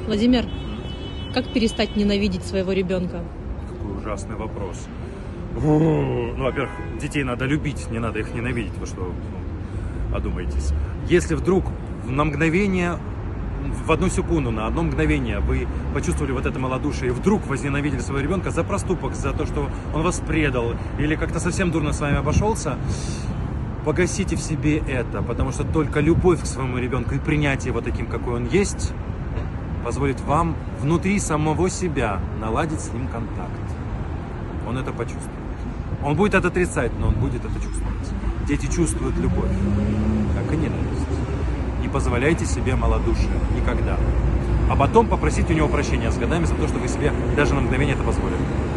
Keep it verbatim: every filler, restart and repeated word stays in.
Владимир, как перестать ненавидеть своего ребенка? Какой ужасный вопрос. Ну, во-первых, детей надо любить, не надо их ненавидеть. Вы что, ну, одумаетесь? Если вдруг на мгновение, в одну секунду, на одно мгновение вы почувствовали вот это малодушие и вдруг возненавидели своего ребенка за проступок, за то, что он вас предал или как-то совсем дурно с вами обошелся, погасите в себе это, потому что только любовь к своему ребенку и принятие его таким, какой он есть, позволит вам внутри самого себя наладить с ним контакт. Он это почувствует. Он будет это отрицать, но он будет это чувствовать. Дети чувствуют любовь, как и ненависть. Не позволяйте себе малодушие. Никогда. А потом попросите у него прощения с годами за то, что вы себе даже на мгновение это позволили.